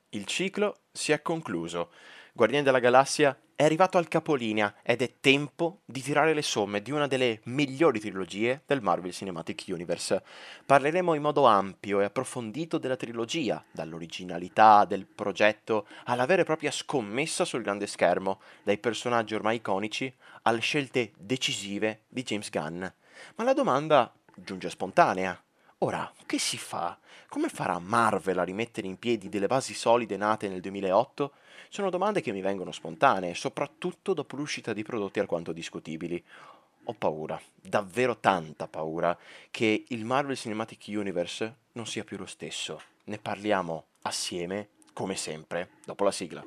Il ciclo si è concluso. Guardiani della Galassia è arrivato al capolinea ed è tempo di tirare le somme di una delle migliori trilogie del Marvel Cinematic Universe. Parleremo in modo ampio e approfondito della trilogia, dall'originalità del progetto alla vera e propria scommessa sul grande schermo, dai personaggi ormai iconici alle scelte decisive di James Gunn. Ma la domanda giunge spontanea. Ora, che si fa? Come farà Marvel a rimettere in piedi delle basi solide nate nel 2008? Sono domande che mi vengono spontanee, soprattutto dopo l'uscita di prodotti alquanto discutibili. Ho paura, davvero tanta paura, che il Marvel Cinematic Universe non sia più lo stesso. Ne parliamo assieme, come sempre, dopo la sigla.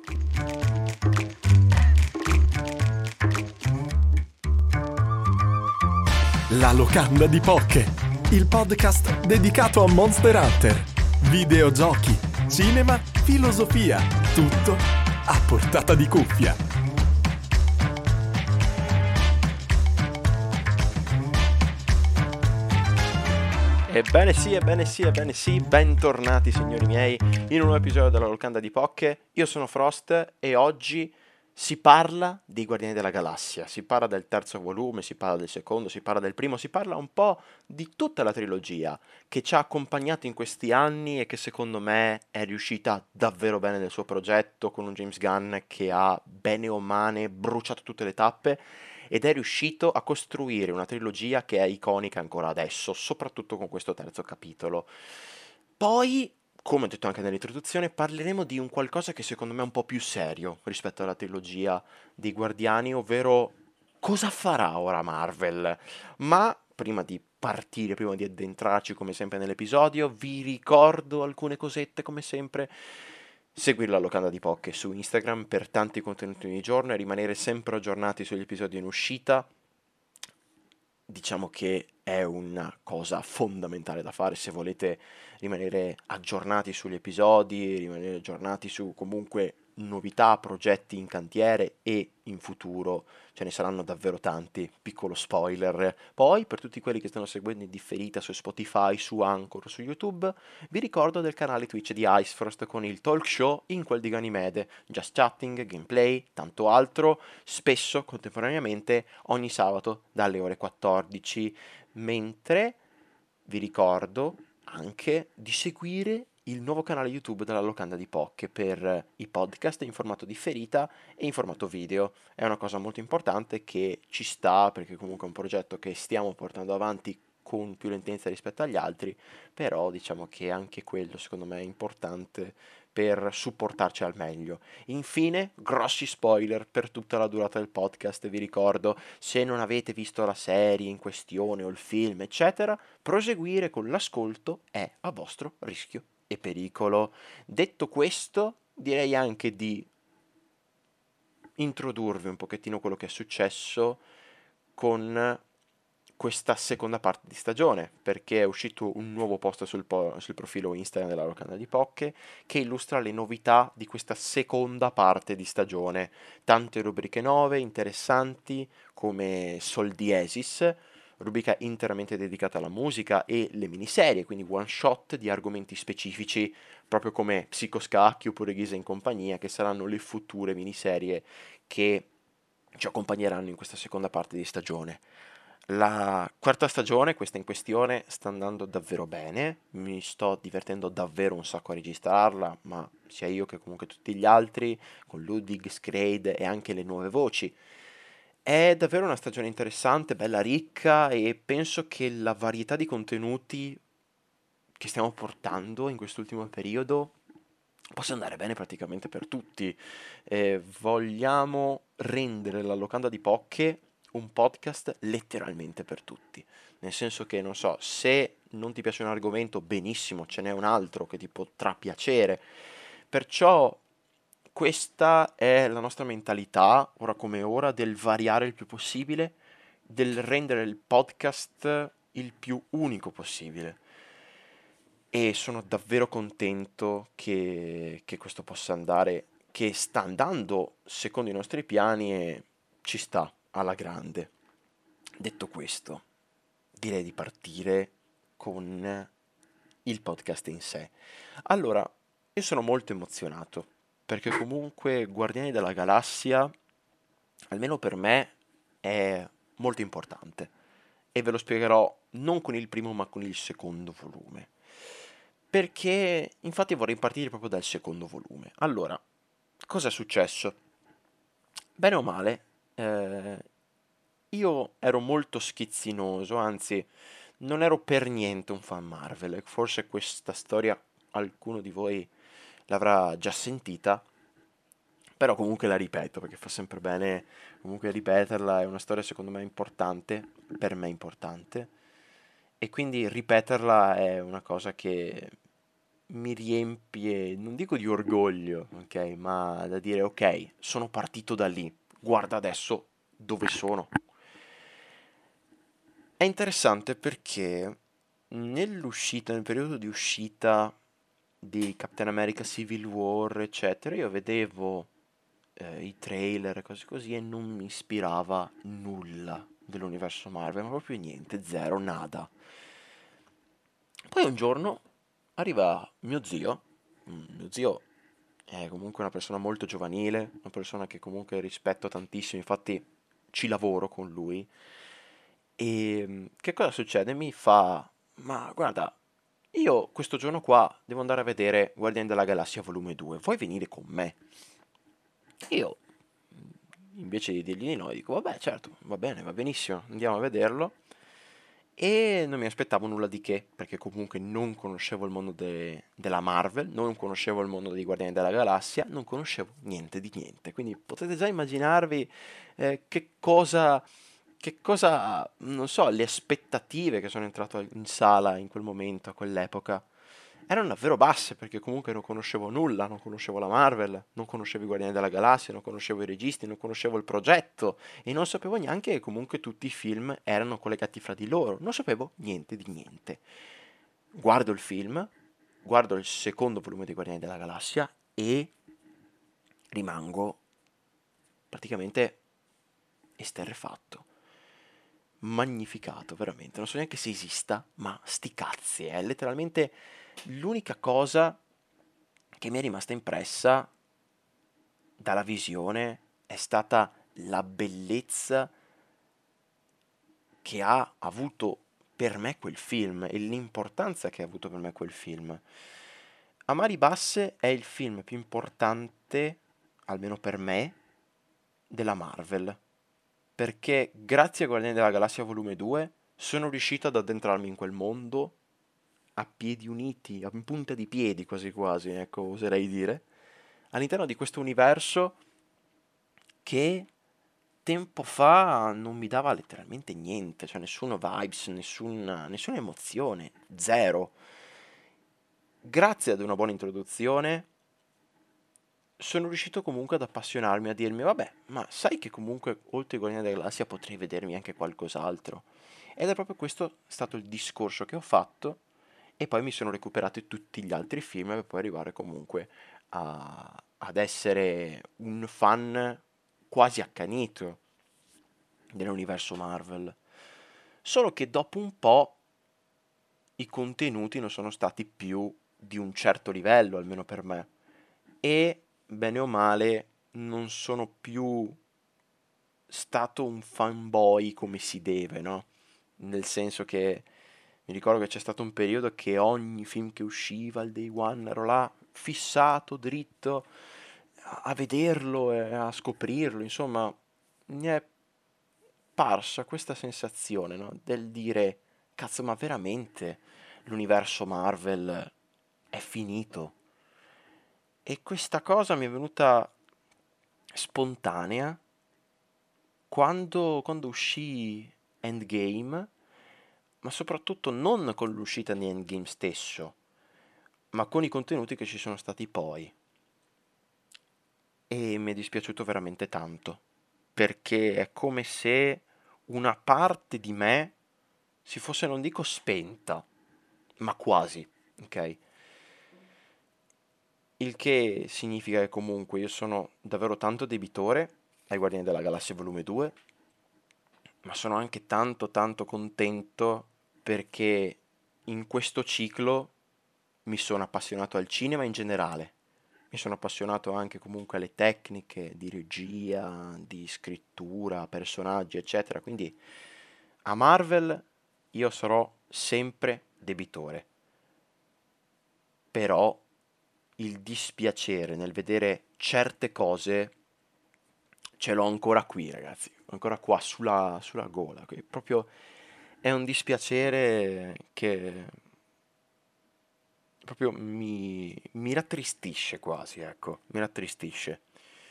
La locanda di Pokke, il podcast dedicato a Monster Hunter, videogiochi, cinema, filosofia, tutto a portata di cuffia. Ebbene sì, bentornati signori miei in un nuovo episodio della locanda di Pokke. Io sono Frost e oggi si parla dei Guardiani della Galassia, si parla del terzo volume, si parla del secondo, si parla del primo, si parla un po' di tutta la trilogia che ci ha accompagnato in questi anni e che secondo me è riuscita davvero bene nel suo progetto con un James Gunn che ha bene o male bruciato tutte le tappe ed è riuscito a costruire una trilogia che è iconica ancora adesso, soprattutto con questo terzo capitolo. Poi, come ho detto anche nell'introduzione, parleremo di un qualcosa che secondo me è un po' più serio rispetto alla trilogia dei Guardiani, ovvero cosa farà ora Marvel. Ma prima di partire, prima di addentrarci come sempre nell'episodio, vi ricordo alcune cosette come sempre. Seguire la locanda di Pokke su Instagram per tanti contenuti ogni giorno e rimanere sempre aggiornati sugli episodi in uscita. Diciamo che è una cosa fondamentale da fare se volete rimanere aggiornati sugli episodi, rimanere aggiornati su comunque novità, progetti in cantiere e in futuro ce ne saranno davvero tanti. Piccolo spoiler. Poi, per tutti quelli che stanno seguendo in differita su Spotify, su Anchor, su YouTube, vi ricordo del canale Twitch di Icefrost con il talk show in quel di Ganimede, just chatting, gameplay, tanto altro, spesso contemporaneamente ogni sabato dalle ore 14, mentre vi ricordo anche di seguire il nuovo canale YouTube della Locanda di Pokke per i podcast in formato differita e in formato video. È una cosa molto importante che ci sta perché comunque è un progetto che stiamo portando avanti con più lentezza rispetto agli altri, però diciamo che anche quello secondo me è importante per supportarci al meglio. Infine, grossi spoiler per tutta la durata del podcast, vi ricordo, se non avete visto la serie in questione o il film, eccetera, proseguire con l'ascolto è a vostro rischio e pericolo. Detto questo, direi anche di introdurvi un pochettino quello che è successo con questa seconda parte di stagione, perché è uscito un nuovo post sul profilo Instagram della Locanda di Pokke che illustra le novità di questa seconda parte di stagione. Tante rubriche nuove, interessanti, come Sol Diesis, rubrica interamente dedicata alla musica e le miniserie, quindi one shot di argomenti specifici, proprio come Psicoscacchi oppure Ghisa in compagnia, che saranno le future miniserie che ci accompagneranno in questa seconda parte di stagione. La quarta stagione, questa in questione, sta andando davvero bene, mi sto divertendo davvero un sacco a registrarla, ma sia io che comunque tutti gli altri, con Ludwig, Scrade e anche le nuove voci. È davvero una stagione interessante, bella ricca e penso che la varietà di contenuti che stiamo portando in quest'ultimo periodo possa andare bene praticamente per tutti. Vogliamo rendere la locanda di Pokke un podcast letteralmente per tutti. Nel senso che, non so, se non ti piace un argomento, benissimo, ce n'è un altro che ti potrà piacere. Perciò questa è la nostra mentalità, ora come ora, del variare il più possibile, del rendere il podcast il più unico possibile. E sono davvero contento che questo possa andare, che sta andando secondo i nostri piani e ci sta alla grande. Detto questo, direi di partire con il podcast in sé. Allora, Io sono molto emozionato, perché comunque Guardiani della Galassia, almeno per me, è molto importante. E ve lo spiegherò non con il primo, ma con il secondo volume. Perché, infatti, vorrei partire proprio dal secondo volume. Allora, cosa è successo? Bene o male, io ero molto schizzinoso, anzi, non ero per niente un fan Marvel. E forse questa storia qualcuno di voi l'avrà già sentita, però comunque la ripeto perché fa sempre bene comunque ripeterla, è una storia secondo me importante, per me importante, e quindi ripeterla è una cosa che mi riempie, non dico di orgoglio, ok, ma da dire ok, sono partito da lì, guarda adesso dove sono. È interessante perché nel periodo di uscita di Captain America Civil War, eccetera, io vedevo i trailer e cose così e non mi ispirava nulla dell'universo Marvel, ma proprio niente, zero, nada. Poi un giorno arriva mio zio è comunque una persona molto giovanile, una persona che comunque rispetto tantissimo, infatti ci lavoro con lui. E che cosa succede? Mi fa, ma guarda, io questo giorno qua devo andare a vedere Guardiani della Galassia volume 2, vuoi venire con me? Io, invece di dirgli di no, dico, vabbè, certo, va bene, va benissimo, andiamo a vederlo. E non mi aspettavo nulla di che, perché comunque non conoscevo il mondo della Marvel, non conoscevo il mondo dei Guardiani della Galassia, non conoscevo niente di niente. Quindi potete già immaginarvi che cosa, non so, le aspettative che sono entrato in sala in quel momento, a quell'epoca, erano davvero basse, perché comunque non conoscevo nulla, non conoscevo la Marvel, non conoscevo i Guardiani della Galassia, non conoscevo i registi, non conoscevo il progetto e non sapevo neanche che comunque tutti i film erano collegati fra di loro, non sapevo niente di niente. Guardo il film, guardo il secondo volume dei Guardiani della Galassia e rimango praticamente esterrefatto, magnificato, veramente. Non so neanche se esista, ma sti cazzi, è letteralmente l'unica cosa che mi è rimasta impressa dalla visione è stata la bellezza che ha avuto per me quel film e l'importanza che ha avuto per me quel film. A mani basse è il film più importante, almeno per me, della Marvel, perché grazie a Guardiani della Galassia Volume 2 sono riuscito ad addentrarmi in quel mondo a piedi uniti, a punta di piedi quasi quasi, ecco, oserei dire, all'interno di questo universo che tempo fa non mi dava letteralmente niente, cioè nessuno vibes, nessuna emozione, zero. Grazie ad una buona introduzione sono riuscito comunque ad appassionarmi, a dirmi, vabbè, ma sai che comunque oltre ai Guardiani della Galassia potrei vedermi anche qualcos'altro. Ed è proprio questo stato il discorso che ho fatto e poi mi sono recuperato tutti gli altri film per poi arrivare comunque ad essere un fan quasi accanito dell'universo Marvel. Solo che dopo un po' i contenuti non sono stati più di un certo livello, almeno per me. E, bene o male, non sono più stato un fanboy come si deve, no? Nel senso che mi ricordo che c'è stato un periodo che ogni film che usciva al Day One ero là fissato, dritto, a vederlo e a scoprirlo, insomma, mi è parsa questa sensazione, no? Del dire, cazzo, ma veramente l'universo Marvel è finito? E questa cosa mi è venuta spontanea quando uscì Endgame, ma soprattutto non con l'uscita di Endgame stesso, ma con i contenuti che ci sono stati poi. E mi è dispiaciuto veramente tanto, perché è come se una parte di me si fosse, non dico spenta, ma quasi, ok? Il che significa che comunque io sono davvero tanto debitore ai Guardiani della Galassia Volume 2, ma sono anche tanto tanto contento perché in questo ciclo mi sono appassionato al cinema in generale, mi sono appassionato anche comunque alle tecniche di regia, di scrittura, personaggi, eccetera. Quindi a Marvel io sarò sempre debitore, però il dispiacere nel vedere certe cose ce l'ho ancora qui, ragazzi, ancora qua sulla gola. Proprio è un dispiacere che proprio mi rattristisce quasi, ecco, mi rattristisce.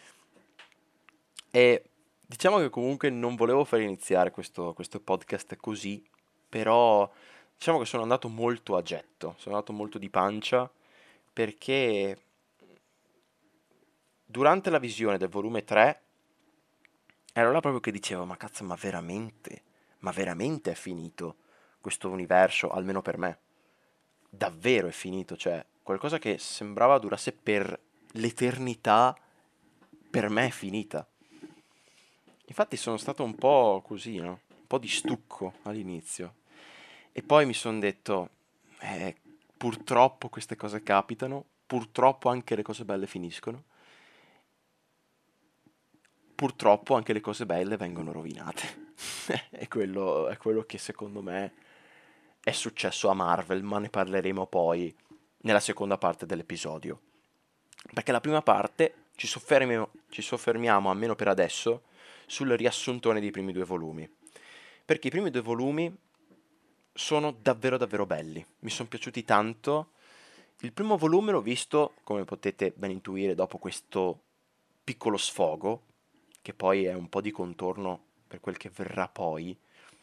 E diciamo che comunque non volevo far iniziare questo podcast così, però diciamo che sono andato molto a getto, sono andato molto di pancia, perché durante la visione del volume 3 ero là proprio che dicevo, ma cazzo, ma veramente è finito questo universo, almeno per me? Davvero è finito, cioè qualcosa che sembrava durasse per l'eternità, per me è finita. Infatti sono stato un po' così, no? Un po' di stucco all'inizio. E poi mi sono detto, purtroppo queste cose capitano, purtroppo anche le cose belle finiscono, purtroppo anche le cose belle vengono rovinate. È quello che secondo me è successo a Marvel, ma ne parleremo poi nella seconda parte dell'episodio. Perché la prima parte ci soffermiamo, almeno per adesso, sul riassuntone dei primi due volumi. Perché i primi due volumi sono davvero davvero belli, mi sono piaciuti tanto. Il primo volume l'ho visto, come potete ben intuire, dopo questo piccolo sfogo, che poi è un po' di contorno per quel che verrà poi.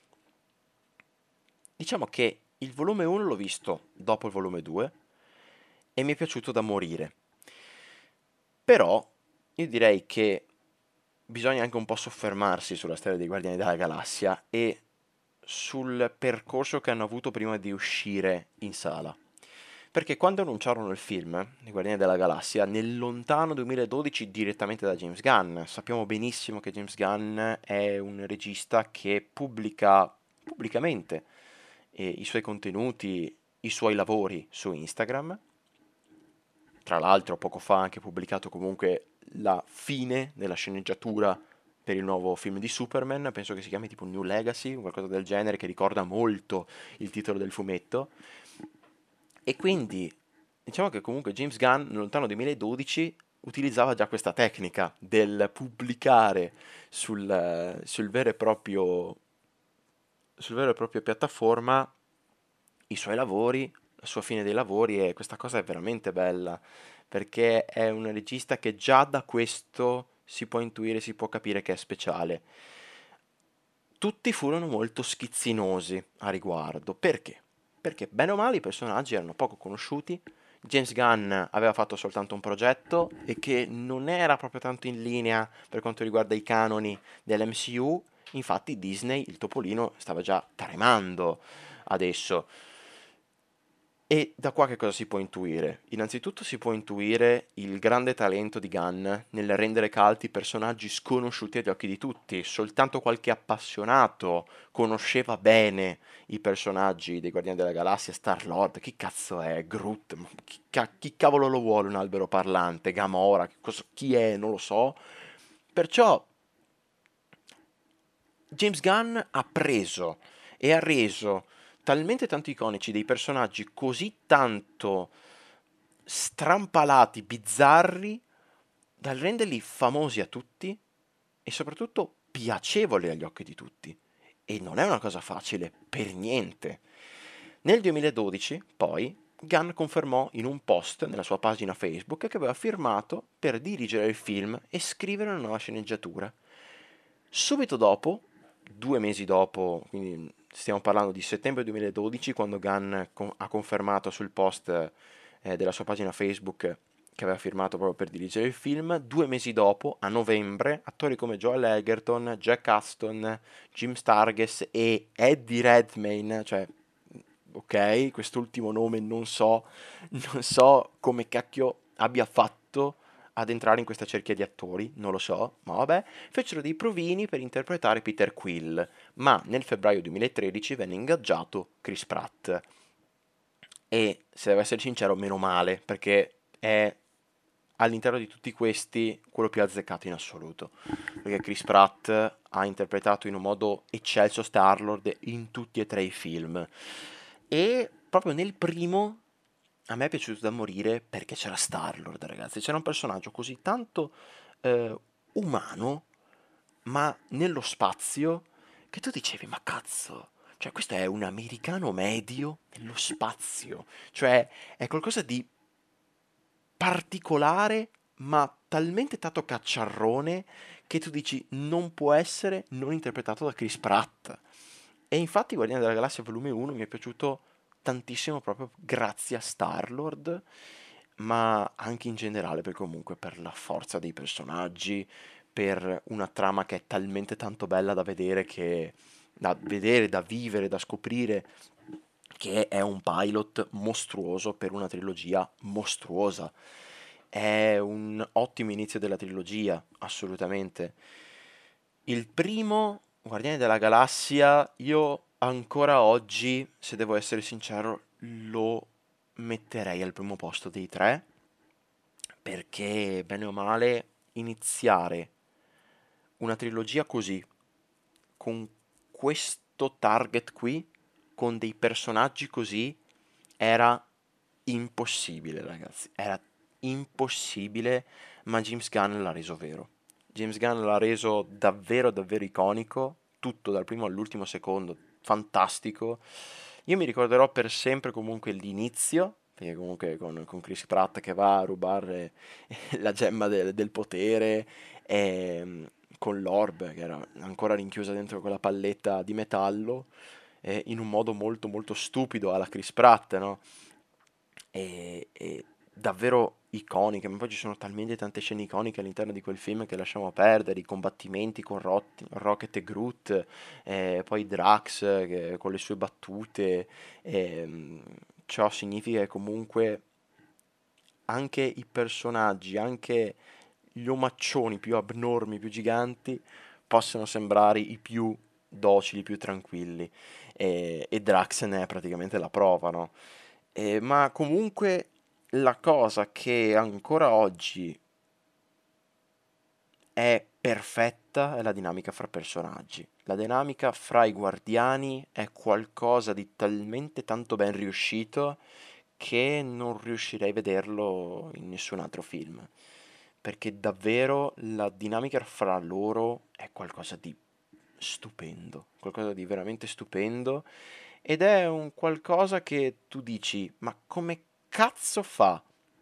Diciamo che il volume 1 l'ho visto dopo il volume 2 e mi è piaciuto da morire. Però io direi che bisogna anche un po' soffermarsi sulla storia dei Guardiani della Galassia e sul percorso che hanno avuto prima di uscire in sala. Perché quando annunciarono il film, I Guardiani della Galassia, nel lontano 2012 direttamente da James Gunn, sappiamo benissimo che James Gunn è un regista che pubblica pubblicamente i suoi contenuti, i suoi lavori su Instagram. Tra l'altro poco fa ha anche pubblicato comunque la fine della sceneggiatura per il nuovo film di Superman, penso che si chiami tipo New Legacy, o qualcosa del genere, che ricorda molto il titolo del fumetto. E quindi diciamo che comunque James Gunn nel lontano 2012 utilizzava già questa tecnica del pubblicare sul vero e proprio, sul vero e proprio piattaforma i suoi lavori, la sua fine dei lavori, e questa cosa è veramente bella perché è un regista che già da questo si può intuire, si può capire che è speciale. Tutti furono molto schizzinosi a riguardo. Perché? Perché bene o male i personaggi erano poco conosciuti, James Gunn aveva fatto soltanto un progetto e che non era proprio tanto in linea per quanto riguarda i canoni dell'MCU, infatti Disney, il topolino, stava già tremando adesso. E da qua che cosa si può intuire? Innanzitutto si può intuire il grande talento di Gunn nel rendere caldi personaggi sconosciuti agli occhi di tutti. Soltanto qualche appassionato conosceva bene i personaggi dei Guardiani della Galassia, Star-Lord, chi cazzo è? Groot, ma chi cavolo lo vuole un albero parlante? Gamora, chi è? Non lo so. Perciò James Gunn ha preso e ha reso talmente tanto iconici dei personaggi così tanto strampalati, bizzarri, da renderli famosi a tutti e soprattutto piacevoli agli occhi di tutti. E non è una cosa facile, per niente. Nel 2012, poi, Gunn confermò in un post nella sua pagina Facebook che aveva firmato per dirigere il film e scrivere una nuova sceneggiatura. Subito dopo, 2 mesi dopo, quindi stiamo parlando di settembre 2012, quando Gunn ha confermato sul post della sua pagina Facebook che aveva firmato proprio per dirigere il film. 2 mesi dopo, a novembre, attori come Joel Egerton, Jack Aston, Jim Stargess e Eddie Redmayne, cioè, ok, quest'ultimo nome non so come cacchio abbia fatto ad entrare in questa cerchia di attori, non lo so, ma vabbè, fecero dei provini per interpretare Peter Quill, ma nel febbraio 2013 venne ingaggiato Chris Pratt. E se devo essere sincero, meno male, perché è all'interno di tutti questi quello più azzeccato in assoluto. Perché Chris Pratt ha interpretato in un modo eccelso Star-Lord in tutti e tre i film. E proprio nel primo a me è piaciuto da morire perché c'era Star-Lord, ragazzi. C'era un personaggio così tanto eh, umano, ma nello spazio, che tu dicevi, ma cazzo, cioè questo è un americano medio nello spazio. Cioè è qualcosa di particolare, ma talmente tanto cacciarrone che tu dici non può essere non interpretato da Chris Pratt. E infatti Guardiani della Galassia Volume 1 mi è piaciuto tantissimo proprio grazie a Star-Lord, ma anche in generale per comunque per la forza dei personaggi, per una trama che è talmente tanto bella da vedere, da vivere, da scoprire, che è un pilot mostruoso per una trilogia mostruosa. È un ottimo inizio della trilogia, assolutamente. Il primo, Guardiani della Galassia, io ancora oggi, se devo essere sincero, lo metterei al primo posto dei tre, perché bene o male iniziare una trilogia così, con questo target qui, con dei personaggi così, era impossibile, ragazzi. Era impossibile, ma James Gunn l'ha reso vero. James Gunn l'ha reso davvero, davvero iconico, tutto dal primo all'ultimo secondo, fantastico. Io mi ricorderò per sempre comunque l'inizio, perché comunque con Chris Pratt che va a rubare la gemma del potere, e con l'orb che era ancora rinchiusa dentro quella palletta di metallo, in un modo molto molto stupido alla Chris Pratt, no? E davvero iconiche, ma poi ci sono talmente tante scene iconiche all'interno di quel film che lasciamo perdere, i combattimenti con Rocket e Groot, poi Drax con le sue battute, ciò significa che comunque anche i personaggi, anche gli omaccioni più abnormi, più giganti, possono sembrare i più docili, più tranquilli. E Drax ne è praticamente la prova, no? Ma comunque la cosa che ancora oggi è perfetta è la dinamica fra personaggi. La dinamica fra i guardiani è qualcosa di talmente tanto ben riuscito che non riuscirei a vederlo in nessun altro film. Perché davvero la dinamica fra loro è qualcosa di stupendo, qualcosa di veramente stupendo. Ed è un qualcosa che tu dici, ma come cazzo fa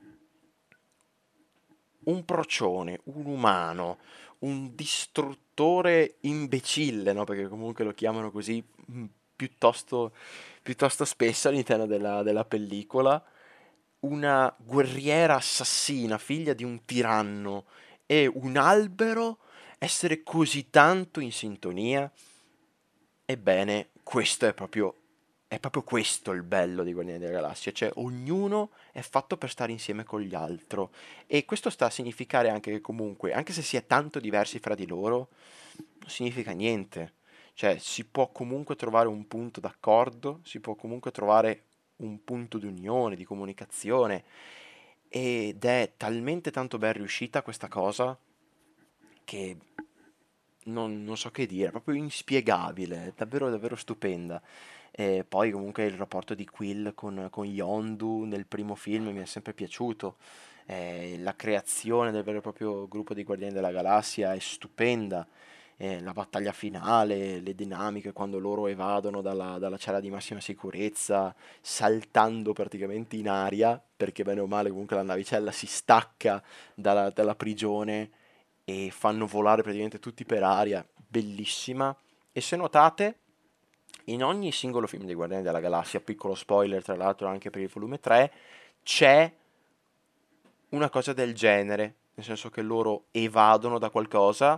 un procione, un umano, un distruttore imbecille, no? Perché comunque lo chiamano così piuttosto, piuttosto spesso all'interno della pellicola, una guerriera assassina, figlia di un tiranno e un albero essere così tanto in sintonia. Ebbene, questo è proprio questo il bello di Guardiani della Galassia, cioè ognuno è fatto per stare insieme con gli altri. E questo sta a significare anche che comunque, anche se si è tanto diversi fra di loro, non significa niente. Cioè, si può comunque trovare un punto d'accordo, si può comunque trovare un punto di unione, di comunicazione. Ed è talmente tanto ben riuscita questa cosa che non so che dire, è proprio inspiegabile, è davvero davvero stupenda. E poi comunque il rapporto di Quill con Yondu nel primo film mi è sempre piaciuto. La creazione del vero e proprio gruppo di Guardiani della Galassia è stupenda. La battaglia finale, le dinamiche quando loro evadono dalla cella di massima sicurezza, saltando praticamente in aria, perché bene o male comunque la navicella si stacca dalla prigione e fanno volare praticamente tutti per aria, bellissima. E se notate, in ogni singolo film dei Guardiani della Galassia, piccolo spoiler tra l'altro anche per il volume 3, c'è una cosa del genere, nel senso che loro evadono da qualcosa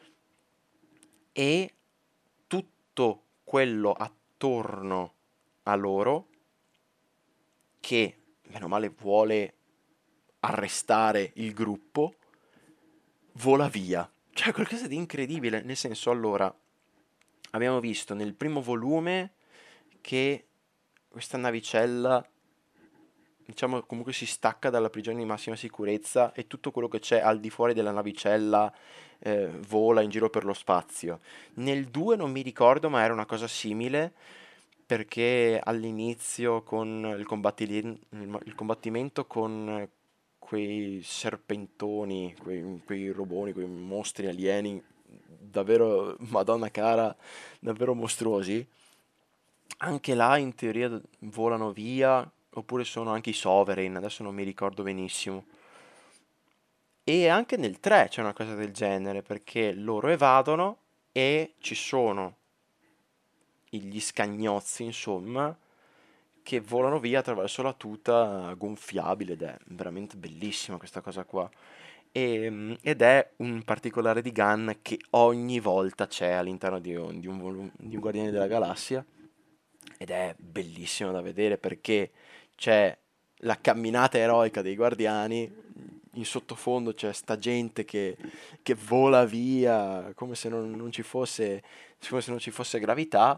e tutto quello attorno a loro che, meno male, vuole arrestare il gruppo, vola via. Cioè, qualcosa di incredibile, nel senso, allora, abbiamo visto nel primo volume che questa navicella diciamo, comunque si stacca dalla prigione di massima sicurezza e tutto quello che c'è al di fuori della navicella vola in giro per lo spazio. Nel 2 non mi ricordo, ma era una cosa simile, perché all'inizio con il combattimento con quei serpentoni, quei roboni, quei mostri alieni, davvero, Madonna cara, davvero mostruosi. Anche là in teoria volano via, oppure sono anche i Sovereign, adesso non mi ricordo benissimo. E anche nel 3 c'è una cosa del genere, perché loro evadono e ci sono gli scagnozzi, insomma, che volano via attraverso la tuta gonfiabile ed è veramente bellissima questa cosa qua. Ed è un particolare di Gunn che ogni volta c'è all'interno di un Guardiani della Galassia ed è bellissimo da vedere perché c'è la camminata eroica dei Guardiani, in sottofondo c'è sta gente che vola via come se non ci fosse, come se non ci fosse gravità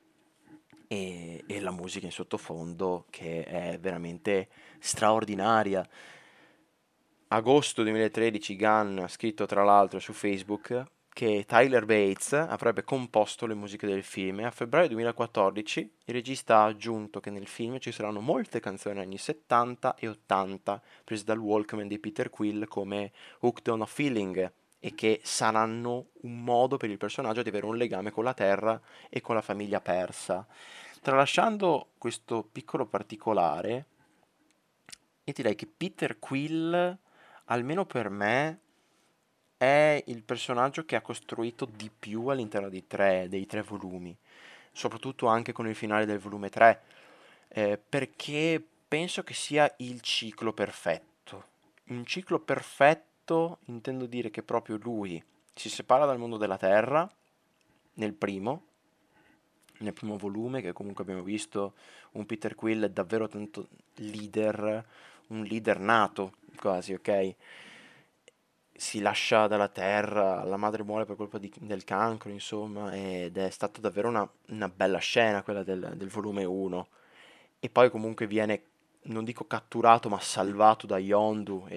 e la musica in sottofondo che è veramente straordinaria. Agosto 2013 Gunn ha scritto tra l'altro su Facebook che Tyler Bates avrebbe composto le musiche del film e a febbraio 2014 il regista ha aggiunto che nel film ci saranno molte canzoni anni 70 e 80 prese dal Walkman di Peter Quill come Hooked on a Feeling e che saranno un modo per il personaggio di avere un legame con la Terra e con la famiglia persa. Tralasciando questo piccolo particolare, io direi che Peter Quill, almeno per me, è il personaggio che ha costruito di più all'interno dei tre volumi, soprattutto anche con il finale del volume 3, perché penso che sia il ciclo perfetto. Un ciclo perfetto intendo dire che proprio lui si separa dal mondo della Terra nel primo, nel primo volume, che comunque abbiamo visto un Peter Quill davvero tanto leader, un leader nato quasi, ok? Si lascia dalla terra, la madre muore per colpa del cancro, insomma, ed è stata davvero una bella scena quella del volume 1. E poi comunque viene, non dico catturato, ma salvato da Yondu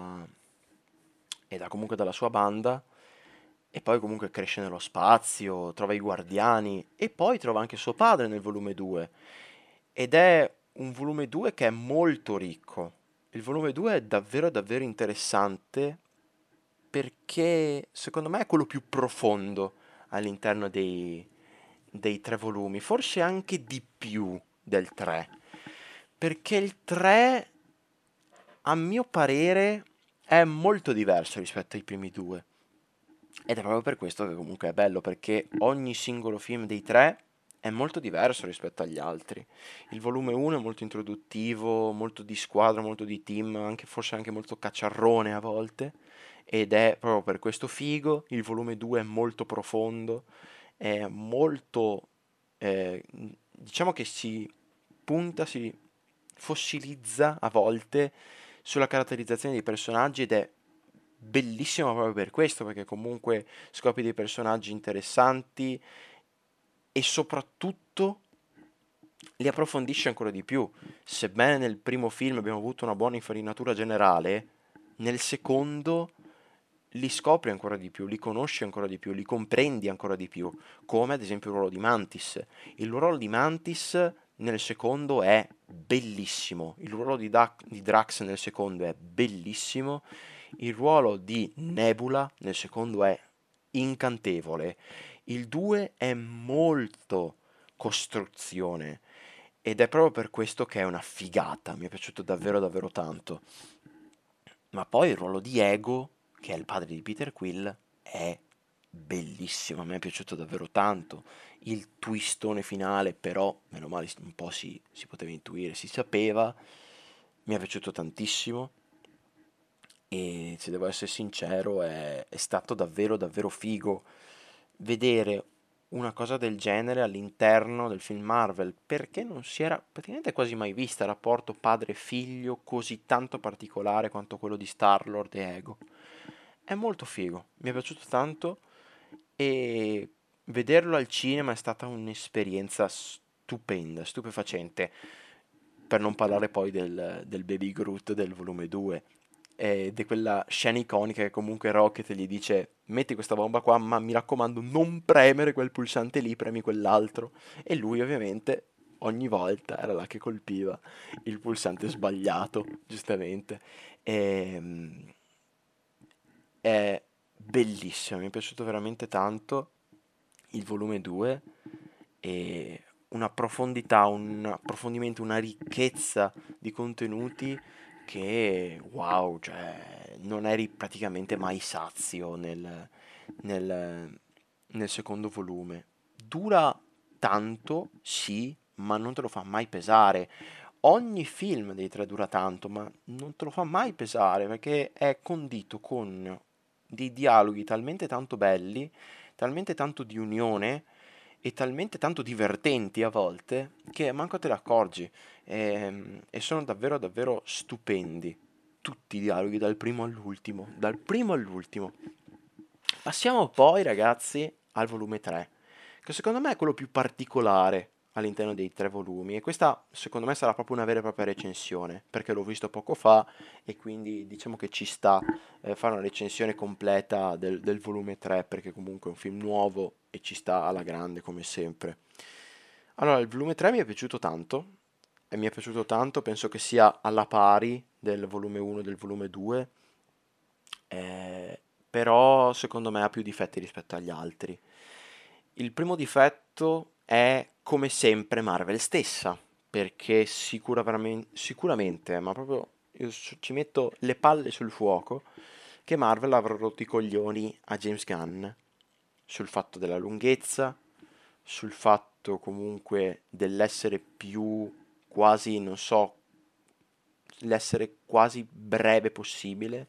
e comunque dalla sua banda. E poi comunque cresce nello spazio, trova i guardiani e poi trova anche suo padre nel volume 2. Ed è un volume 2 che è molto ricco. Il volume 2 è davvero davvero interessante perché secondo me è quello più profondo all'interno dei tre volumi, forse anche di più del 3, perché il 3, a mio parere, è molto diverso rispetto ai primi due. Ed è proprio per questo che comunque è bello, perché ogni singolo film dei tre è molto diverso rispetto agli altri. Il volume 1 è molto introduttivo, molto di squadra, molto di team, anche, forse anche molto cacciarrone a volte, ed è proprio per questo figo. Il volume 2 è molto profondo, è molto, diciamo che si fossilizza a volte sulla caratterizzazione dei personaggi ed è bellissimo proprio per questo, perché comunque scopri dei personaggi interessanti e soprattutto li approfondisce ancora di più. Sebbene nel primo film abbiamo avuto una buona infarinatura generale, nel secondo li scopri ancora di più, li conosci ancora di più, li comprendi ancora di più, come ad esempio il ruolo di Mantis. Il ruolo di Mantis nel secondo è bellissimo, il ruolo di Drax nel secondo è bellissimo, il ruolo di Nebula nel secondo è incantevole. Il 2 è molto costruzione ed è proprio per questo che è una figata, mi è piaciuto davvero davvero tanto. Ma poi il ruolo di Ego, che è il padre di Peter Quill, è bellissimo, a me è piaciuto davvero tanto. Il twistone finale, però, meno male, un po' si poteva intuire, si sapeva, mi è piaciuto tantissimo. E se devo essere sincero, è stato davvero davvero figo vedere una cosa del genere all'interno del film Marvel, perché non si era praticamente quasi mai vista rapporto padre-figlio così tanto particolare quanto quello di Star-Lord e Ego. È molto figo, mi è piaciuto tanto e vederlo al cinema è stata un'esperienza stupenda, stupefacente. per non parlare poi del Baby Groot del volume 2. Ed è quella scena iconica che comunque Rocket gli dice: metti questa bomba qua, ma mi raccomando non premere quel pulsante lì, premi quell'altro. E lui ovviamente ogni volta era là che colpiva il pulsante sbagliato, giustamente. E, è bellissimo, mi è piaciuto veramente tanto il volume 2 e una profondità, un approfondimento, una ricchezza di contenuti che wow, cioè non eri praticamente mai sazio nel, nel secondo volume. Dura tanto, sì, ma non te lo fa mai pesare. Ogni film dei tre dura tanto, ma non te lo fa mai pesare perché è condito con dei dialoghi talmente tanto belli, talmente tanto di unione e talmente tanto divertenti a volte che manco te ne accorgi. E sono davvero davvero stupendi tutti i dialoghi dal primo all'ultimo, dal primo all'ultimo. Passiamo poi, ragazzi, al volume 3, che secondo me è quello più particolare all'interno dei tre volumi e questa secondo me sarà proprio una vera e propria recensione, perché l'ho visto poco fa e quindi diciamo che ci sta fare una recensione completa del volume 3 perché comunque è un film nuovo e ci sta alla grande come sempre. Allora, il volume 3 mi è piaciuto tanto e mi è piaciuto tanto, penso che sia alla pari del volume 1 e del volume 2, però secondo me ha più difetti rispetto agli altri. Il primo difetto è come sempre Marvel stessa, perché sicuramente, ma proprio ci metto le palle sul fuoco, che Marvel avrà rotto i coglioni a James Gunn sul fatto della lunghezza, sul fatto comunque dell'essere più quasi, non so, l'essere quasi breve possibile.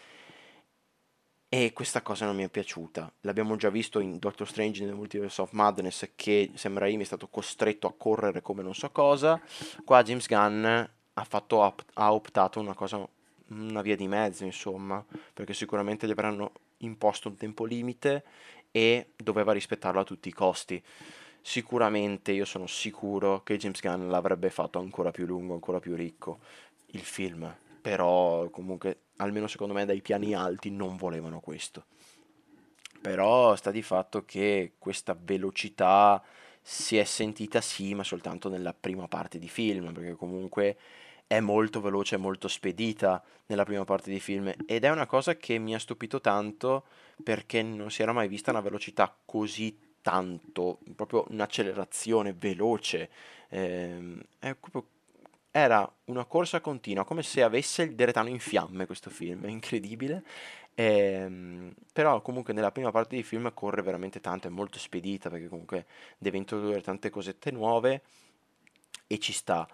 E questa cosa non mi è piaciuta. L'abbiamo già visto in Doctor Strange in the Multiverse of Madness che Sam Raimi è stato costretto a correre come non so cosa. Qua James Gunn ha optato una cosa, una via di mezzo, insomma, perché sicuramente gli avranno imposto un tempo limite e doveva rispettarlo a tutti i costi. Sicuramente io sono sicuro che James Gunn l'avrebbe fatto ancora più lungo, ancora più ricco il film, però comunque almeno secondo me dai piani alti non volevano questo. Però sta di fatto che questa velocità si è sentita sì, ma soltanto nella prima parte di film, perché comunque è molto veloce, molto spedita nella prima parte di film ed è una cosa che mi ha stupito tanto perché non si era mai vista una velocità così tanto, proprio un'accelerazione veloce. È proprio era una corsa continua, come se avesse il deretano in fiamme questo film, è incredibile. Però comunque nella prima parte di film corre veramente tanto, è molto spedita perché comunque deve introdurre tante cosette nuove e ci sta.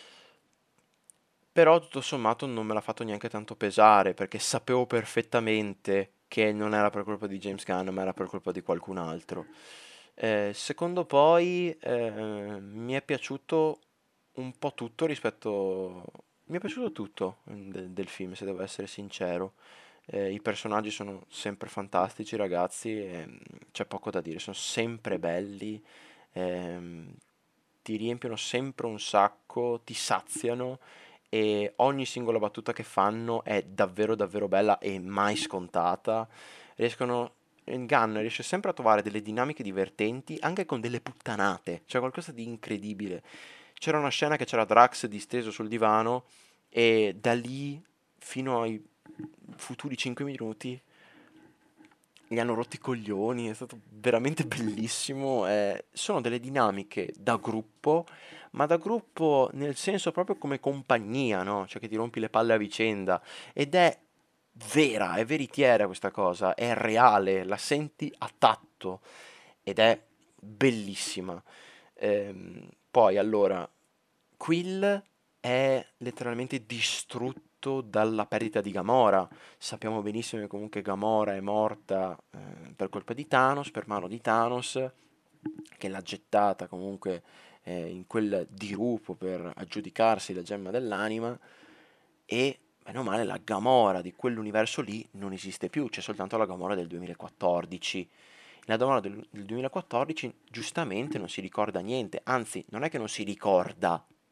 Però tutto sommato non me l'ha fatto neanche tanto pesare perché sapevo perfettamente che non era per colpa di James Gunn, ma era per colpa di qualcun altro. Secondo poi mi è piaciuto un po' tutto rispetto... Mi è piaciuto tutto del film, se devo essere sincero. I personaggi sono sempre fantastici, ragazzi, e, c'è poco da dire, sono sempre belli, ehm, ti riempiono sempre un sacco, ti saziano e ogni singola battuta che fanno è davvero davvero bella e mai scontata. Riescono Gunn riesce sempre a trovare delle dinamiche divertenti anche con delle puttanate, c'è qualcosa di incredibile. C'era una scena che c'era Drax disteso sul divano e da lì fino ai futuri 5 minuti gli hanno rotto i coglioni, è stato veramente bellissimo. Sono delle dinamiche da gruppo, ma da gruppo nel senso proprio come compagnia, no? Cioè che ti rompi le palle a vicenda. Ed è vera, è veritiera questa cosa, è reale, la senti a tatto ed è bellissima. Poi allora, Quill è letteralmente distrutto dalla perdita di Gamora. Sappiamo benissimo che comunque Gamora è morta per colpa di Thanos, per mano di Thanos, che l'ha gettata comunque in quel dirupo per aggiudicarsi la gemma dell'anima e bene o male la Gamora di quell'universo lì non esiste più, c'è soltanto la Gamora del 2014. La Gamora del 2014 giustamente non si ricorda niente, anzi non è che non si ricorda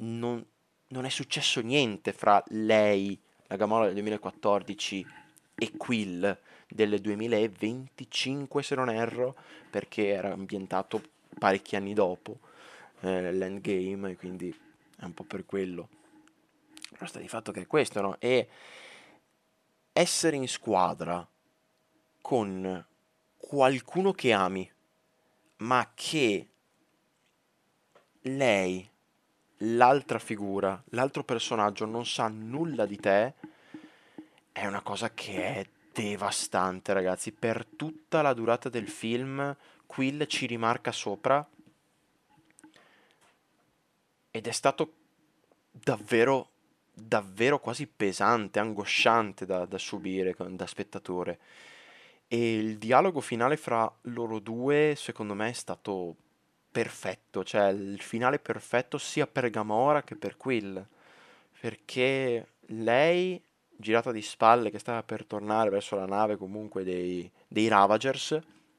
non, non è successo niente fra lei, la Gamora del 2014, e Quill del 2025, se non erro, perché era ambientato parecchi anni dopo l'Endgame, e quindi è un po' per quello. Però sta di fatto che è questo, no? E essere in squadra con qualcuno che ami, ma che lei, l'altra figura, l'altro personaggio non sa nulla di te, è una cosa che è devastante, ragazzi. Per tutta la durata del film, Quill ci rimarca sopra ed è stato davvero, davvero quasi pesante, angosciante da subire da spettatore. E il dialogo finale fra loro due, secondo me, è stato perfetto, cioè il finale perfetto sia per Gamora che per Quill, perché lei, girata di spalle, che stava per tornare verso la nave comunque dei Ravagers,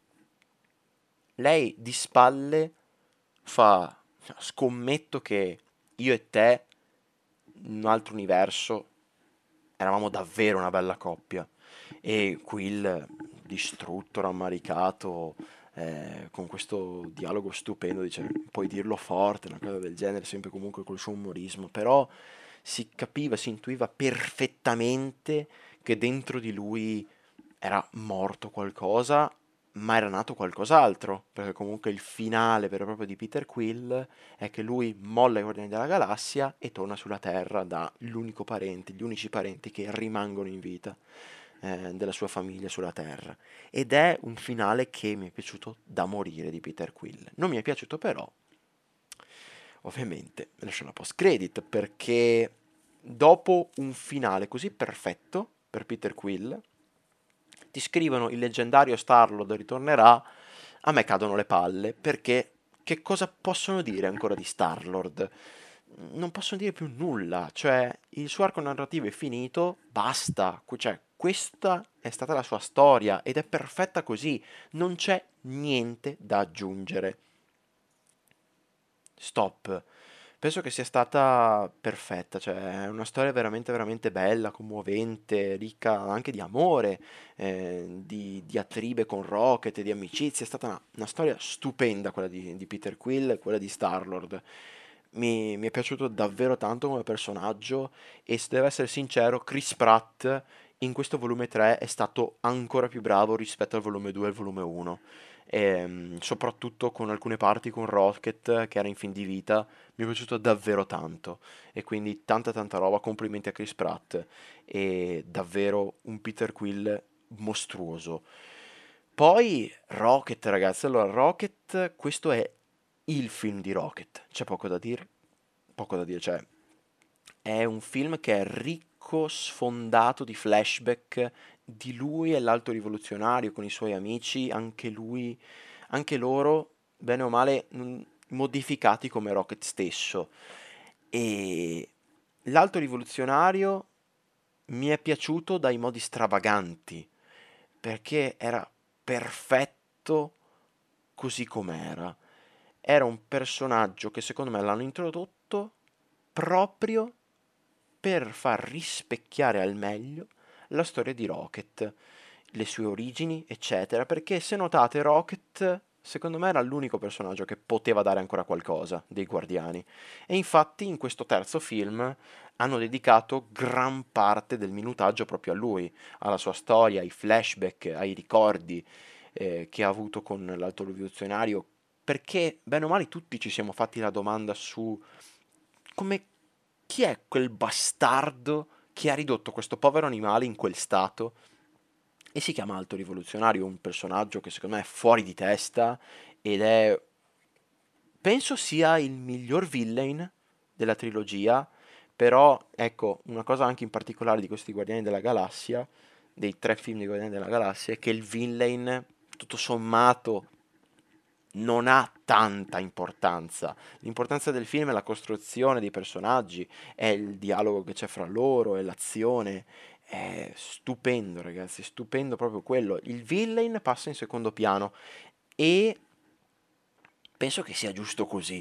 lei di spalle fa, scommetto che io e te, in un altro universo, eravamo davvero una bella coppia. E Quill, distrutto, rammaricato, con questo dialogo stupendo, dice, puoi dirlo forte, una cosa del genere, sempre comunque col suo umorismo, però si capiva, si intuiva perfettamente che dentro di lui era morto qualcosa, ma era nato qualcos'altro, perché comunque il finale vero e proprio di Peter Quill è che lui molla i Guardiani della Galassia e torna sulla Terra da l'unico parente, gli unici parenti che rimangono in vita della sua famiglia sulla Terra. Ed è un finale che mi è piaciuto da morire di Peter Quill. Non mi è piaciuto però, ovviamente, lascio la post credit, perché dopo un finale così perfetto per Peter Quill, ti scrivono il leggendario Star-Lord ritornerà, a me cadono le palle, perché che cosa possono dire ancora di Star-Lord? Non possono dire più nulla, cioè il suo arco narrativo è finito, basta, cioè questa è stata la sua storia ed è perfetta così, non c'è niente da aggiungere. Stop. Penso che sia stata perfetta, cioè è una storia veramente, veramente bella, commovente, ricca anche di amore, di diatribe con Rocket, di amicizia. È stata una storia stupenda quella di Peter Quill e quella di Star-Lord. Mi è piaciuto davvero tanto come personaggio e se devo essere sincero, Chris Pratt in questo volume 3 è stato ancora più bravo rispetto al volume 2 e al volume 1. Soprattutto con alcune parti con Rocket che era in fin di vita mi è piaciuto davvero tanto e quindi tanta tanta roba, complimenti a Chris Pratt e davvero un Peter Quill mostruoso. Poi Rocket, ragazzi, allora Rocket, questo è il film di Rocket, c'è poco da dire, cioè è un film che è ricco, sfondato di flashback di lui e l'Alto Rivoluzionario con i suoi amici, anche lui, anche loro, bene o male, modificati come Rocket stesso. E l'Alto Rivoluzionario mi è piaciuto dai modi stravaganti, perché era perfetto così com'era. Era un personaggio che secondo me l'hanno introdotto proprio per far rispecchiare al meglio la storia di Rocket, le sue origini, eccetera, perché se notate Rocket secondo me era l'unico personaggio che poteva dare ancora qualcosa dei Guardiani e infatti in questo terzo film hanno dedicato gran parte del minutaggio proprio a lui, alla sua storia, ai flashback, ai ricordi che ha avuto con l'Alto Rivoluzionario, perché bene o male tutti ci siamo fatti la domanda su come chi è quel bastardo che ha ridotto questo povero animale in quel stato e si chiama Alto Rivoluzionario, un personaggio che secondo me è fuori di testa ed è penso sia il miglior villain della trilogia, però ecco, una cosa anche in particolare di questi Guardiani della Galassia, dei tre film di Guardiani della Galassia, è che il villain, tutto sommato, non ha tanta importanza. L'importanza del film è la costruzione dei personaggi, è il dialogo che c'è fra loro, è l'azione. È stupendo, ragazzi, stupendo proprio quello. Il villain passa in secondo piano e penso che sia giusto così.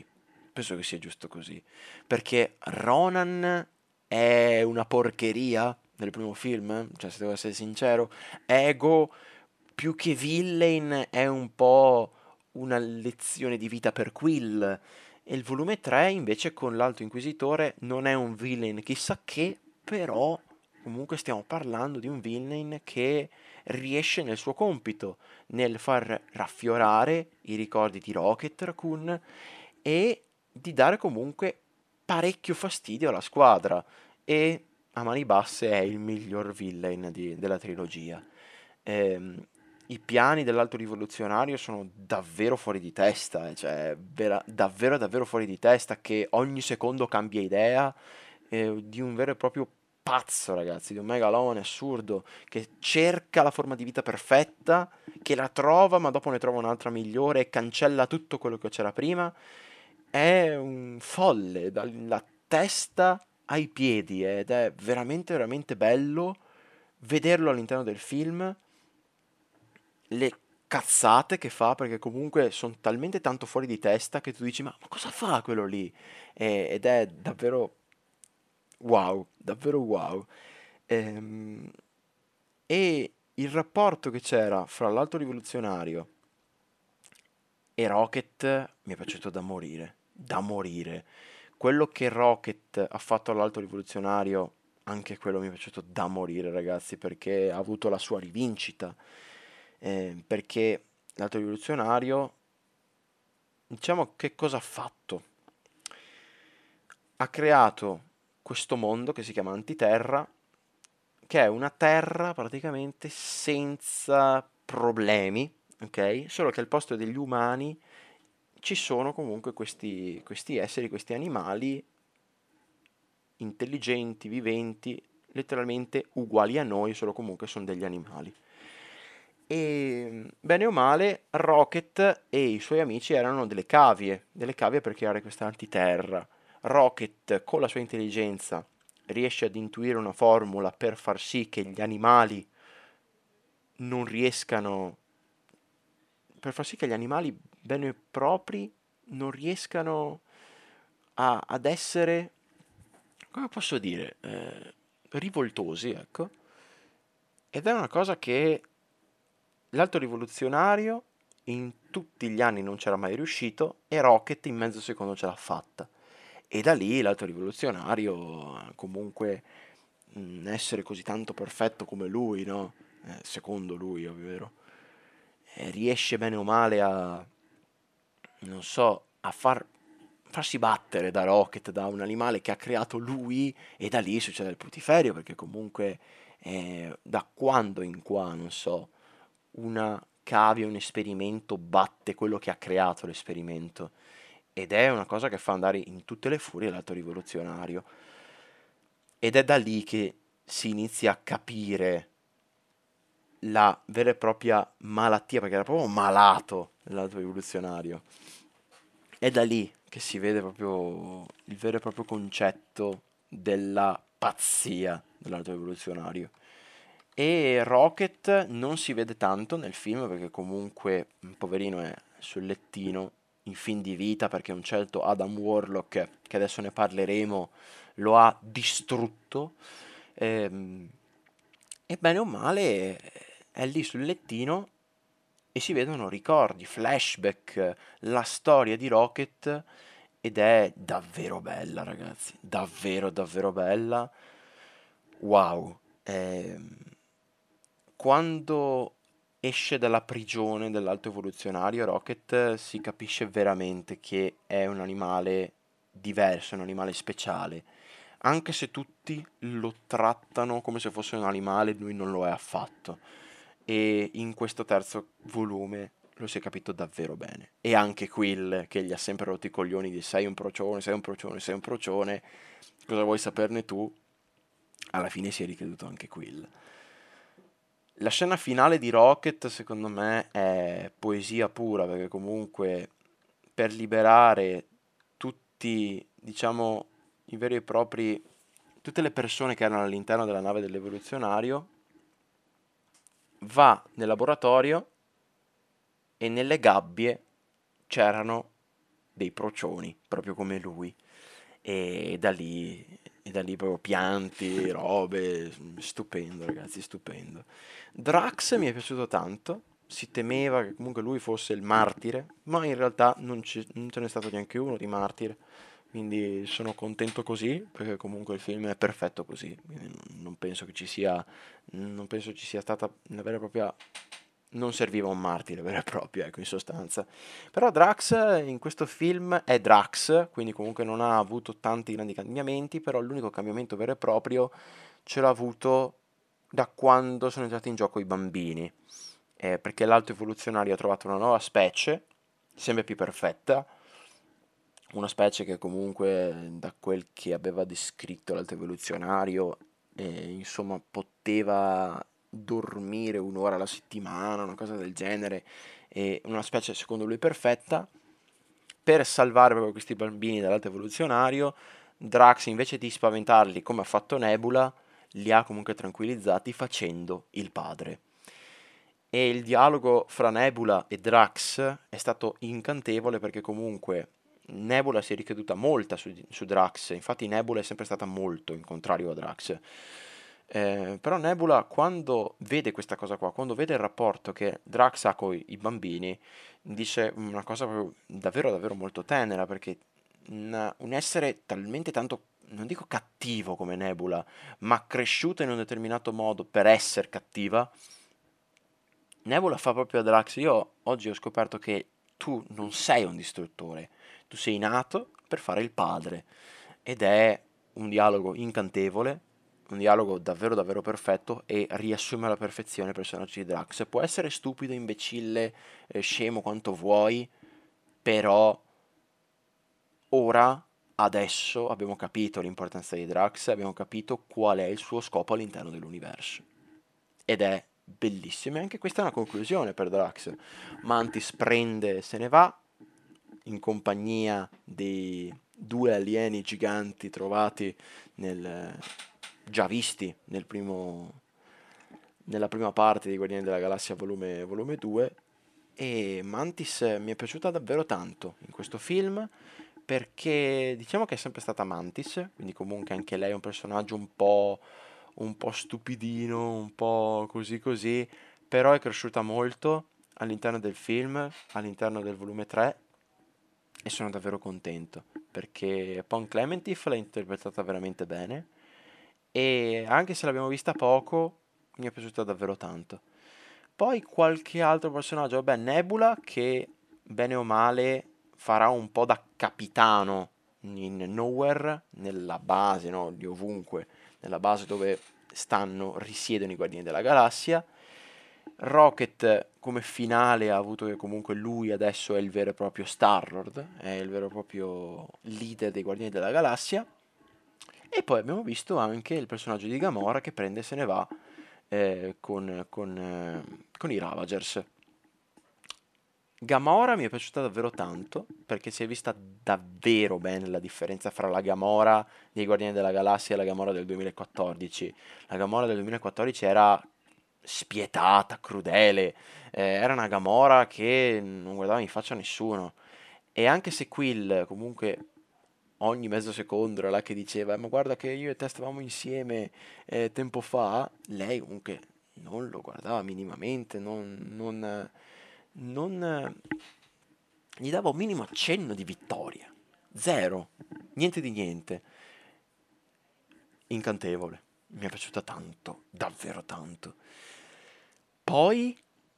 Penso che sia giusto così. Perché Ronan è una porcheria nel primo film, cioè se devo essere sincero. Ego, più che villain, è un po' una lezione di vita per Quill. E il volume 3 invece con l'Alto Inquisitore non è un villain chissà che, però comunque stiamo parlando di un villain che riesce nel suo compito, nel far raffigurare i ricordi di Rocket Raccoon e di dare comunque parecchio fastidio alla squadra. E a mani basse è il miglior villain della trilogia. Ehm, I piani dell'Alto Rivoluzionario sono davvero fuori di testa, cioè davvero davvero fuori di testa, che ogni secondo cambia idea, di un vero e proprio pazzo, ragazzi, di un megalomane assurdo che cerca la forma di vita perfetta, che la trova, ma dopo ne trova un'altra migliore e cancella tutto quello che c'era prima. È un folle, dalla testa ai piedi, ed è veramente, veramente bello vederlo all'interno del film, le cazzate che fa, perché comunque sono talmente tanto fuori di testa che tu dici, ma cosa fa quello lì? Ed è davvero wow, davvero wow. Ehm, e il rapporto che c'era fra l'Alto Rivoluzionario e Rocket mi è piaciuto da morire, da morire. Quello che Rocket ha fatto all'Alto Rivoluzionario, anche quello mi è piaciuto da morire, ragazzi, perché ha avuto la sua rivincita. Perché l'Alto Rivoluzionario, diciamo che cosa ha fatto? Ha creato questo mondo che si chiama Antiterra, che è una terra praticamente senza problemi, ok? Solo che al posto degli umani ci sono comunque questi esseri, questi animali intelligenti, viventi, letteralmente uguali a noi, solo comunque sono degli animali. E bene o male, Rocket e i suoi amici erano delle cavie per creare questa antiterra. Rocket, con la sua intelligenza, riesce ad intuire una formula per far sì che gli animali non riescano, per far sì che gli animali veri e propri non riescano ad essere, come posso dire, rivoltosi, ecco. Ed è una cosa che l'Alto Rivoluzionario in tutti gli anni non c'era mai riuscito e Rocket in mezzo secondo ce l'ha fatta. E da lì l'Alto Rivoluzionario, comunque, essere così tanto perfetto come lui, no? Secondo lui, ovvero, riesce bene o male a, non so, farsi battere da Rocket, da un animale che ha creato lui, e da lì succede il putiferio, perché comunque da quando in qua, non so, una cavia, un esperimento batte quello che ha creato l'esperimento. Ed è una cosa che fa andare in tutte le furie l'Alto Rivoluzionario. Ed è da lì che si inizia a capire la vera e propria malattia, perché era proprio malato l'Alto Rivoluzionario. È da lì che si vede proprio il vero e proprio concetto della pazzia dell'Alto Rivoluzionario. E Rocket non si vede tanto nel film perché comunque poverino è sul lettino in fin di vita perché un certo Adam Warlock, che adesso ne parleremo, lo ha distrutto. Ehm, e bene o male è lì sul lettino e si vedono ricordi, flashback, la storia di Rocket ed è davvero bella, ragazzi, davvero davvero bella. Wow. Quando esce dalla prigione dell'alto evoluzionario, Rocket si capisce veramente che è un animale diverso, un animale speciale. Anche se tutti lo trattano come se fosse un animale, lui non lo è affatto. E in questo terzo volume lo si è capito davvero bene. E anche Quill, che gli ha sempre rotto i coglioni di sei un procione, sei un procione, sei un procione, cosa vuoi saperne tu? Alla fine si è ricreduto anche Quill. La scena finale di Rocket, secondo me, è poesia pura, perché comunque per liberare tutti, diciamo, i veri e propri, tutte le persone che erano all'interno della nave dell'evoluzionario, va nel laboratorio e nelle gabbie c'erano dei procioni, proprio come lui. E da lì, e da lì proprio pianti, robe, stupendo ragazzi, stupendo. Drax mi è piaciuto tanto, si temeva che comunque lui fosse il martire, ma in realtà non ce n'è stato neanche uno di martire, quindi sono contento così, perché comunque il film è perfetto così, quindi non penso che ci sia, non penso ci sia stata una vera e propria, non serviva un martire vero e proprio, ecco, in sostanza. Però Drax in questo film è Drax, quindi comunque non ha avuto tanti grandi cambiamenti, però l'unico cambiamento vero e proprio ce l'ha avuto da quando sono entrati in gioco i bambini, perché l'alto evoluzionario ha trovato una nuova specie, sempre più perfetta, una specie che comunque da quel che aveva descritto l'alto evoluzionario, insomma, poteva dormire un'ora alla settimana, una cosa del genere, e una specie secondo lui perfetta. Per salvare proprio questi bambini dall'alto evoluzionario, Drax invece di spaventarli come ha fatto Nebula, li ha comunque tranquillizzati facendo il padre. E il dialogo fra Nebula e Drax è stato incantevole perché comunque Nebula si è ricaduta molta su Drax, infatti Nebula è sempre stata molto in contrario a Drax. Però Nebula quando vede questa cosa qua, quando vede il rapporto che Drax ha con i bambini, dice una cosa proprio davvero davvero molto tenera perché un essere talmente tanto, non dico cattivo come Nebula, ma cresciuta in un determinato modo per essere cattiva. Nebula fa proprio a Drax, io oggi ho scoperto che tu non sei un distruttore, tu sei nato per fare il padre. Ed è un dialogo incantevole, un dialogo davvero davvero perfetto e riassume alla perfezione il personaggio di Drax. Può essere stupido, imbecille, scemo quanto vuoi, però ora, adesso abbiamo capito l'importanza di Drax, abbiamo capito qual è il suo scopo all'interno dell'universo. Ed è bellissimo. E anche questa è una conclusione per Drax. Mantis prende e se ne va in compagnia dei due alieni giganti trovati nel, già visti nella prima parte di Guardiani della Galassia volume 2. E Mantis mi è piaciuta davvero tanto in questo film perché diciamo che è sempre stata Mantis, quindi comunque anche lei è un personaggio un po' stupidino, un po' così così, però è cresciuta molto all'interno del film, all'interno del volume 3 e sono davvero contento perché Pon Clementif l'ha interpretata veramente bene e anche se l'abbiamo vista poco mi è piaciuta davvero tanto. Poi qualche altro personaggio, vabbè, Nebula che bene o male farà un po' da capitano in Nowhere, nella base, no, di ovunque, nella base dove risiedono i Guardiani della Galassia. Rocket come finale ha avuto che comunque lui adesso è il vero e proprio Star-Lord, è il vero e proprio leader dei Guardiani della Galassia. E poi abbiamo visto anche il personaggio di Gamora che prende e se ne va con i Ravagers. Gamora mi è piaciuta davvero tanto perché si è vista davvero bene la differenza fra la Gamora dei Guardiani della Galassia e la Gamora del 2014. La Gamora del 2014 era spietata, crudele, era una Gamora che non guardava in faccia a nessuno. E anche se Quill comunque ogni mezzo secondo era là che diceva ma guarda che io e te stavamo insieme tempo fa, lei comunque non lo guardava minimamente, non gli dava un minimo accenno di vittoria. Zero, niente di niente. Incantevole, mi è piaciuta tanto, davvero tanto. Poi,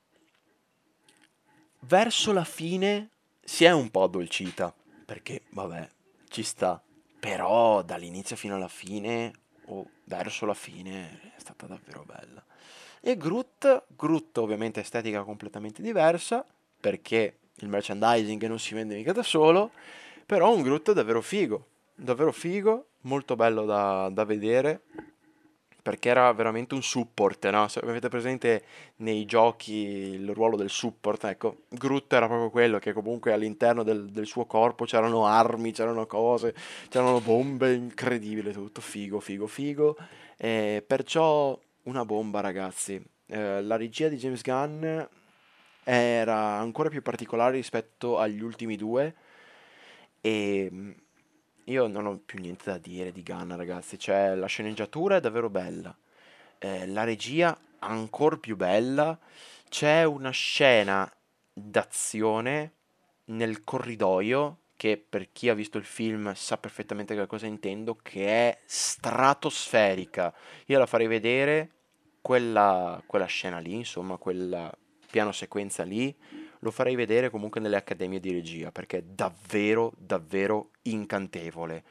verso la fine, si è un po' addolcita, perché, vabbè, ci sta. Però dall'inizio fino alla fine, o verso la fine, è stata davvero bella. E Groot ovviamente estetica completamente diversa, perché il merchandising non si vende mica da solo, però un Groot davvero figo, molto bello da vedere, perché era veramente un support, no? Se avete presente nei giochi il ruolo del support, ecco, Groot era proprio quello che comunque all'interno del suo corpo c'erano armi, c'erano cose, c'erano bombe, incredibile tutto, figo, figo, figo. Perciò una bomba, ragazzi. La regia di James Gunn era ancora più particolare rispetto agli ultimi due E io non ho più niente da dire di Gunn, ragazzi. Cioè, la sceneggiatura è davvero bella. La regia ancora più bella. C'è una scena d'azione nel corridoio che per chi ha visto il film sa perfettamente che cosa intendo, che è stratosferica. Io la farei vedere quella scena lì, insomma, quella piano sequenza lì, lo farei vedere comunque nelle accademie di regia perché è davvero, davvero incantevole.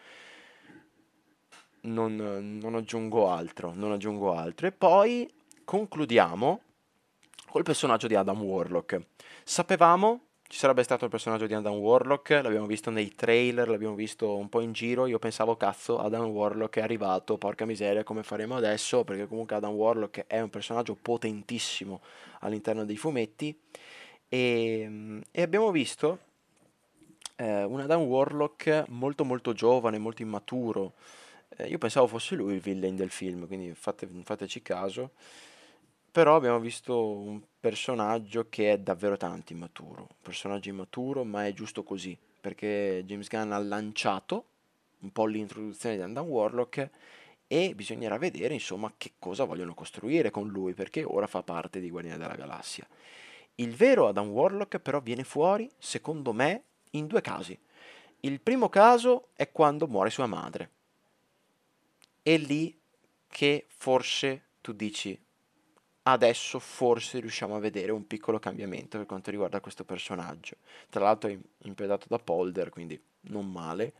Non aggiungo altro, non aggiungo altro. E poi concludiamo col personaggio di Adam Warlock. Sapevamo ci sarebbe stato il personaggio di Adam Warlock, l'abbiamo visto nei trailer, l'abbiamo visto un po' in giro. Io pensavo, cazzo, Adam Warlock è arrivato, porca miseria, come faremo adesso? Perché comunque Adam Warlock è un personaggio potentissimo all'interno dei fumetti. E abbiamo visto un Adam Warlock molto molto giovane, molto immaturo. Io pensavo fosse lui il villain del film, quindi fateci caso. Però abbiamo visto un personaggio che è davvero tanto immaturo, un personaggio immaturo, ma è giusto così, perché James Gunn ha lanciato un po' l'introduzione di Adam Warlock e bisognerà vedere insomma che cosa vogliono costruire con lui, perché ora fa parte di Guardiani della Galassia. Il vero Adam Warlock però viene fuori, secondo me, in due casi. Il primo caso è quando muore sua madre. È lì che forse tu dici, adesso forse riusciamo a vedere un piccolo cambiamento per quanto riguarda questo personaggio. Tra l'altro è impiegato da Polder, quindi non male.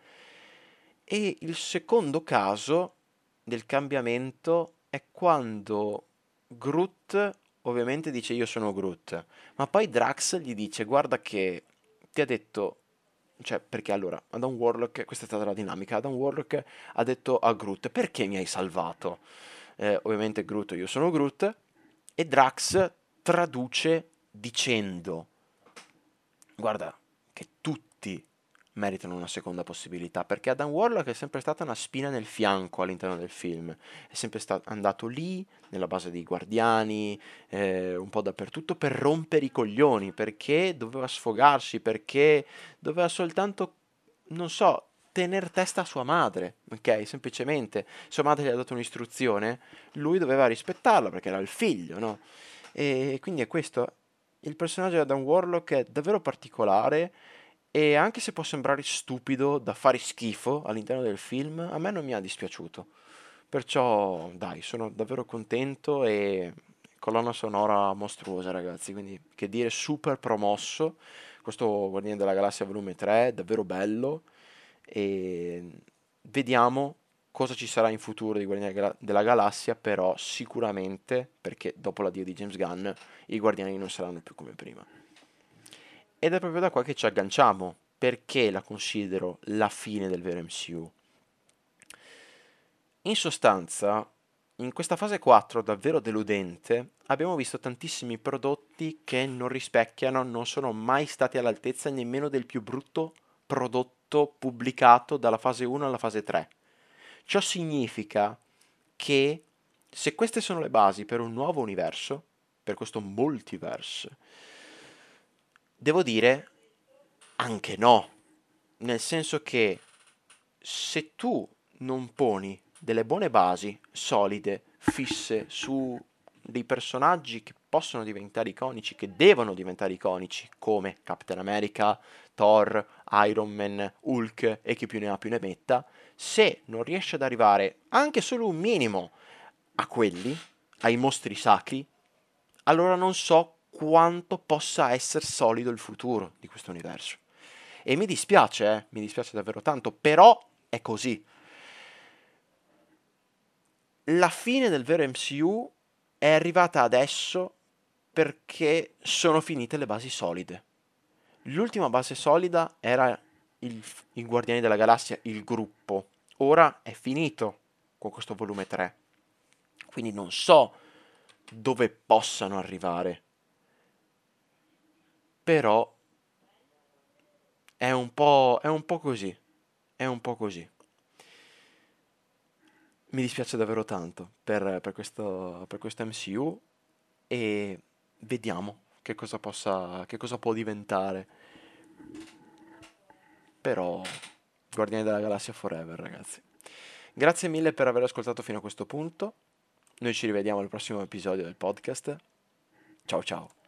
E il secondo caso del cambiamento è quando Groot ovviamente dice io sono Groot, ma poi Drax gli dice guarda che ti ha detto, cioè perché allora Adam Warlock, questa è stata la dinamica, Adam Warlock ha detto a Groot perché mi hai salvato? Ovviamente Groot io sono Groot e Drax traduce dicendo guarda che tutti meritano una seconda possibilità, perché Adam Warlock è sempre stata una spina nel fianco all'interno del film, è sempre andato lì, nella base dei Guardiani, un po' dappertutto, per rompere i coglioni, perché doveva sfogarsi, perché doveva soltanto, non so, tener testa a sua madre, ok? Semplicemente, sua madre gli ha dato un'istruzione, lui doveva rispettarla, perché era il figlio, no? E quindi è questo, il personaggio di Adam Warlock è davvero particolare e anche se può sembrare stupido da fare schifo all'interno del film, a me non mi ha dispiaciuto. Perciò, dai, sono davvero contento e colonna sonora mostruosa, ragazzi. Quindi, che dire, super promosso. Questo Guardiani della Galassia volume 3 è davvero bello e vediamo cosa ci sarà in futuro di Guardiani della Galassia, però sicuramente, perché dopo l'addio di James Gunn, i Guardiani non saranno più come prima. Ed è proprio da qua che ci agganciamo, perché la considero la fine del vero MCU. In sostanza, in questa fase 4 davvero deludente, abbiamo visto tantissimi prodotti che non rispecchiano, non sono mai stati all'altezza nemmeno del più brutto prodotto pubblicato dalla fase 1 alla fase 3. Ciò significa che se queste sono le basi per un nuovo universo, per questo multiverse, devo dire anche no, nel senso che se tu non poni delle buone basi solide, fisse su dei personaggi che possono diventare iconici, che devono diventare iconici, come Captain America, Thor, Iron Man, Hulk e chi più ne ha più ne metta, se non riesci ad arrivare anche solo un minimo a quelli, ai mostri sacri, allora non so quanto possa essere solido il futuro di questo universo. E mi dispiace davvero tanto, però è così. La fine del vero MCU è arrivata adesso perché sono finite le basi solide. L'ultima base solida era i Guardiani della Galassia, il gruppo. Ora è finito con questo volume 3. Quindi non so dove possano arrivare. Però è un po' così. È un po' così. Mi dispiace davvero tanto per questo MCU e vediamo che cosa può diventare. però Guardiani della Galassia forever, ragazzi. Grazie mille per aver ascoltato fino a questo punto. Noi ci rivediamo al prossimo episodio del podcast. Ciao ciao.